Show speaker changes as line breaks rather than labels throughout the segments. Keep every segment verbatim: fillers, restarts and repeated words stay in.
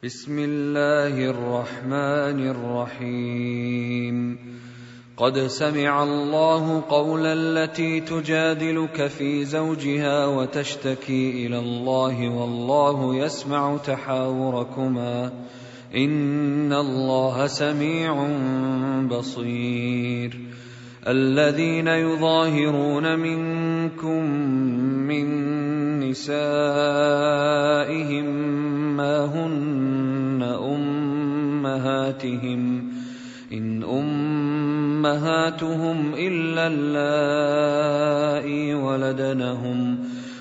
بسم الله الرحمن الرحيم قد سمع الله قول التي تجادلك في زوجها وتشتكي إلى الله والله يسمع تحاوركما إن الله سميع بصير الذين يظاهرون منكم من نسائهم ما هن أمهاتهم إن أمهاتهم إلا اللائي ولدنهم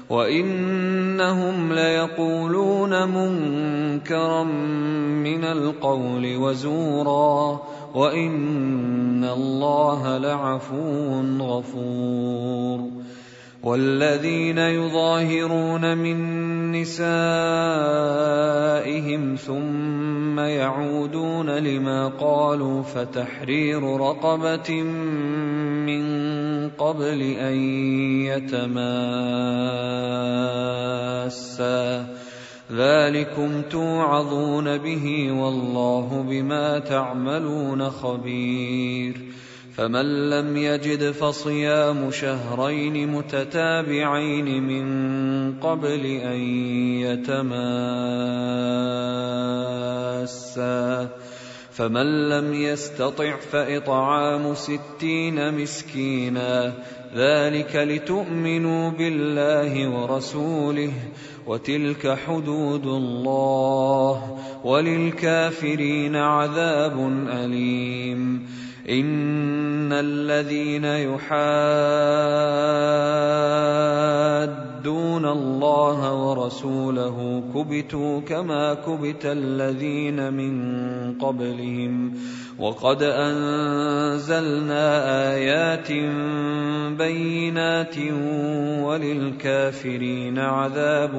وإنهم ليقولون منكرا من القول وزورا وإن الله لعفو غفور والذين يظاهرون من نسائهم ثم يعودون لما قالوا فتحرير رقبة من قبل أن يتماسا ذلكم توعظون به والله بما تعملون خبير فمن لم يجد فصيام شهرين متتابعين من قبل أن يتماسا فمن لم يستطع فإطعام ستين مسكينا ذلك لتؤمنوا بالله ورسوله وتلك حدود الله وللكافرين عذاب أليم إن الذين يحادون الله ورسوله كبتوا كما كبت الذين من قبلهم وقد أنزلنا آيات بينات وللكافرين عذاب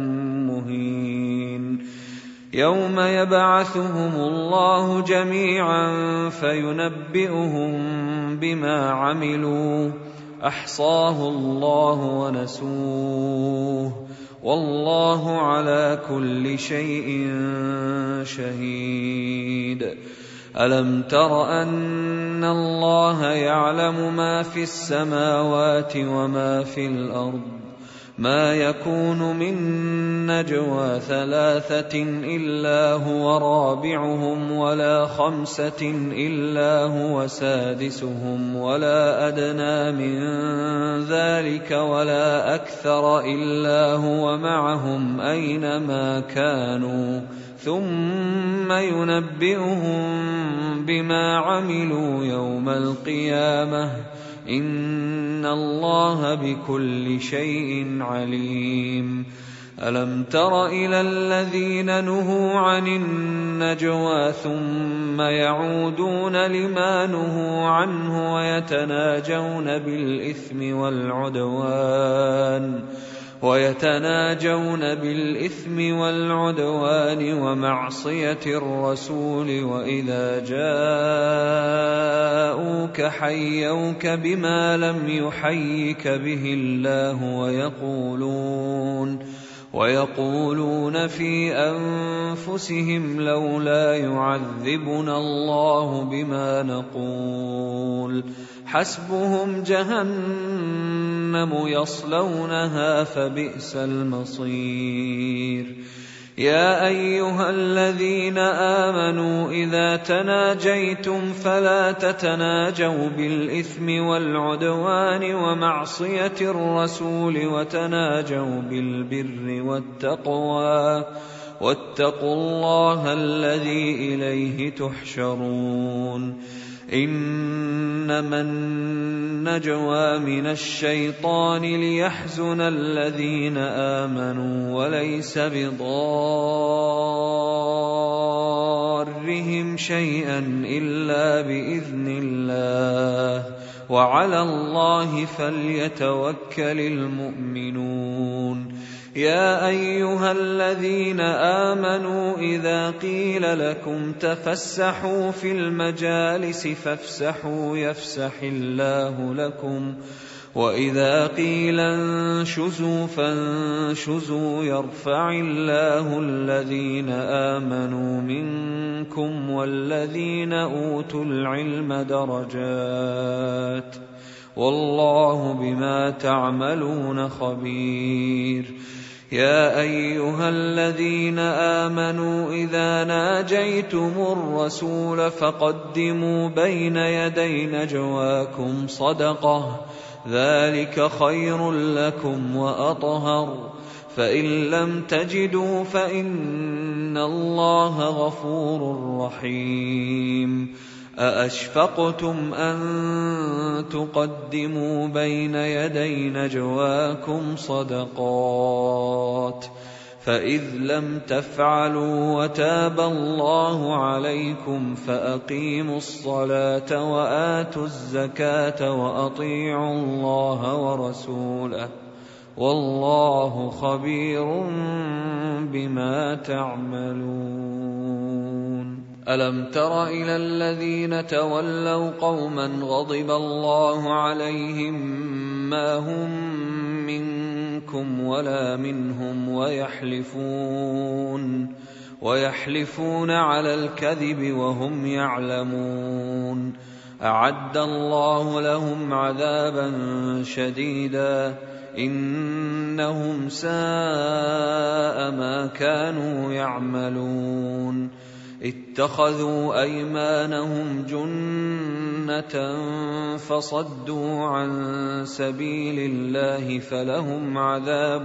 مهين يوم يبعثهم الله جميعا فينبئهم بما عملوا أحصاه الله ونسوه والله على كل شيء شهيد ألم تر أن الله يعلم ما في السماوات وما في الأرض ما يكون من نجوى ثلاثة إلا هو رابعهم ولا خمسة إلا هو سادسهم ولا أدنى من ذلك ولا أكثر إلا هو معهم أينما كانوا ثم ينبئهم بما عملوا يوم القيامة إن الله بكل شيء عليم ألم تر إلى الذين نهوا عن النجوى ثم يعودون لما نهوا عنه ويتناجون بالإثم والعدوان ويتناجون بالإثم والعدوان ومعصية الرسول وإذا جاءوك حيوك بما لم يحيك به الله ويقولون ويقولون في أنفسهم لولا يعذبنا الله بما نقول حسبهم جهنم يصلونها فبئس المصير يا أيها الذين آمنوا إذا تناجيتم فلا تتناجوا بالإثم والعدوان ومعصية الرسول وتناجوا بالبر والتقوى واتقوا الله الذي إليه تحشرون إنما النجوى من الشيطان ليحزن الذين آمنوا وليس بضارهم شيئا إلا بإذن الله وعلى الله فليتوكل المؤمنون يا أيها الذين آمنوا إذا قيل لكم تفسحوا في المجالس فافسحوا يفسح الله لكم وإذا قيل انشزوا فانشزوا يرفع الله الذين آمنوا منكم والذين أوتوا العلم درجات والله بما تعملون خبير. يا أيها الذين آمنوا إذا ناجيتم الرسول فقدموا بين يدي نجواكم صدقة ذلك خير لكم وأطهر فإن لم تجدوا فإن الله غفور رحيم. أأشفقتم أن تقدموا بين يدي نجواكم صدقات فإذ لم تفعلوا وتاب الله عليكم فأقيموا الصلاة وآتوا الزكاة وأطيعوا الله ورسوله والله خبير بما تعملون. ألم تر إلى الذين تولوا قوما غضب الله عليهم ما هم منكم ولا منهم ويحلفون ويحلفون على الكذب وهم يعلمون أعد الله لهم عذابا شديدا إنهم ساء ما كانوا يعملون. اتخذوا أيمانهم جنة فصدوا عن سبيل الله فلهم عذاب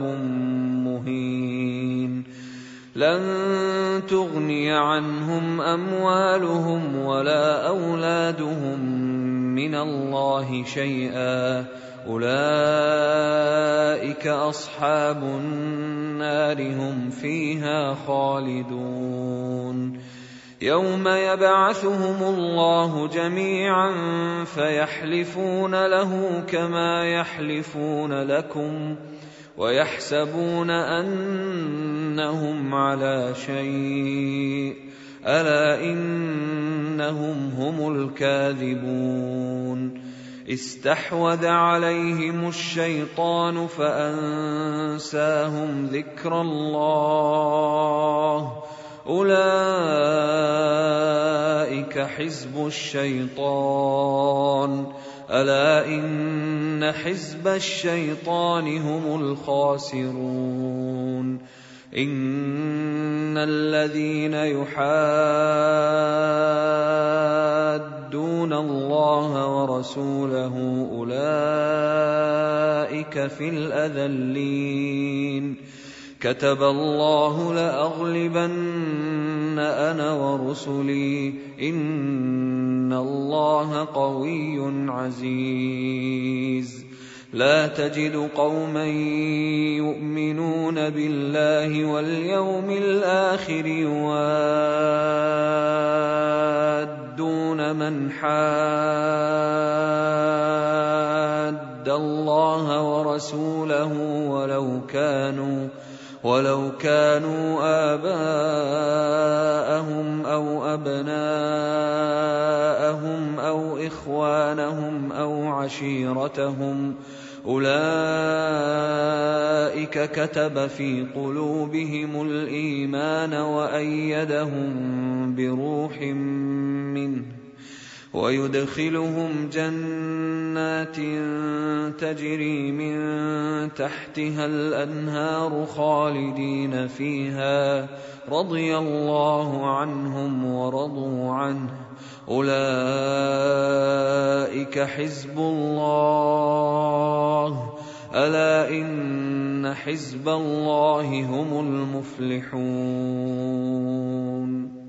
مهين. لن تغني عنهم أموالهم ولا أولادهم من الله شيئا أولئك أصحاب النار هم فيها خالدون. يوم يبعثهم الله جميعا فيحلفون له كما يحلفون لكم ويحسبون أنهم على شيء ألا إنهم هم الكاذبون. استحوذ عليهم الشيطان فأنساهم ذكر الله أولئك حزب الشيطان ألا إن حزب الشيطان هم الخاسرون. إن الذين يحادون الله ورسوله أولئك في الأذلين. كتب الله لأغلبن أنا ورسلي إن الله قوي عزيز. لا تجد قوما يؤمنون بالله واليوم الآخر يوادون من حاد الله ورسوله ولو كانوا ولو كانوا آباءهم أو أبناءهم أو إخوانهم أو عشيرتهم أولئك كتب في قلوبهم الإيمان وأيدهم بروح منه ويدخلهم جنات تجري من تحتها الأنهار خالدين فيها رضي الله عنهم ورضوا عنه أولئك حزب الله ألا إن حزب الله هم المفلحون.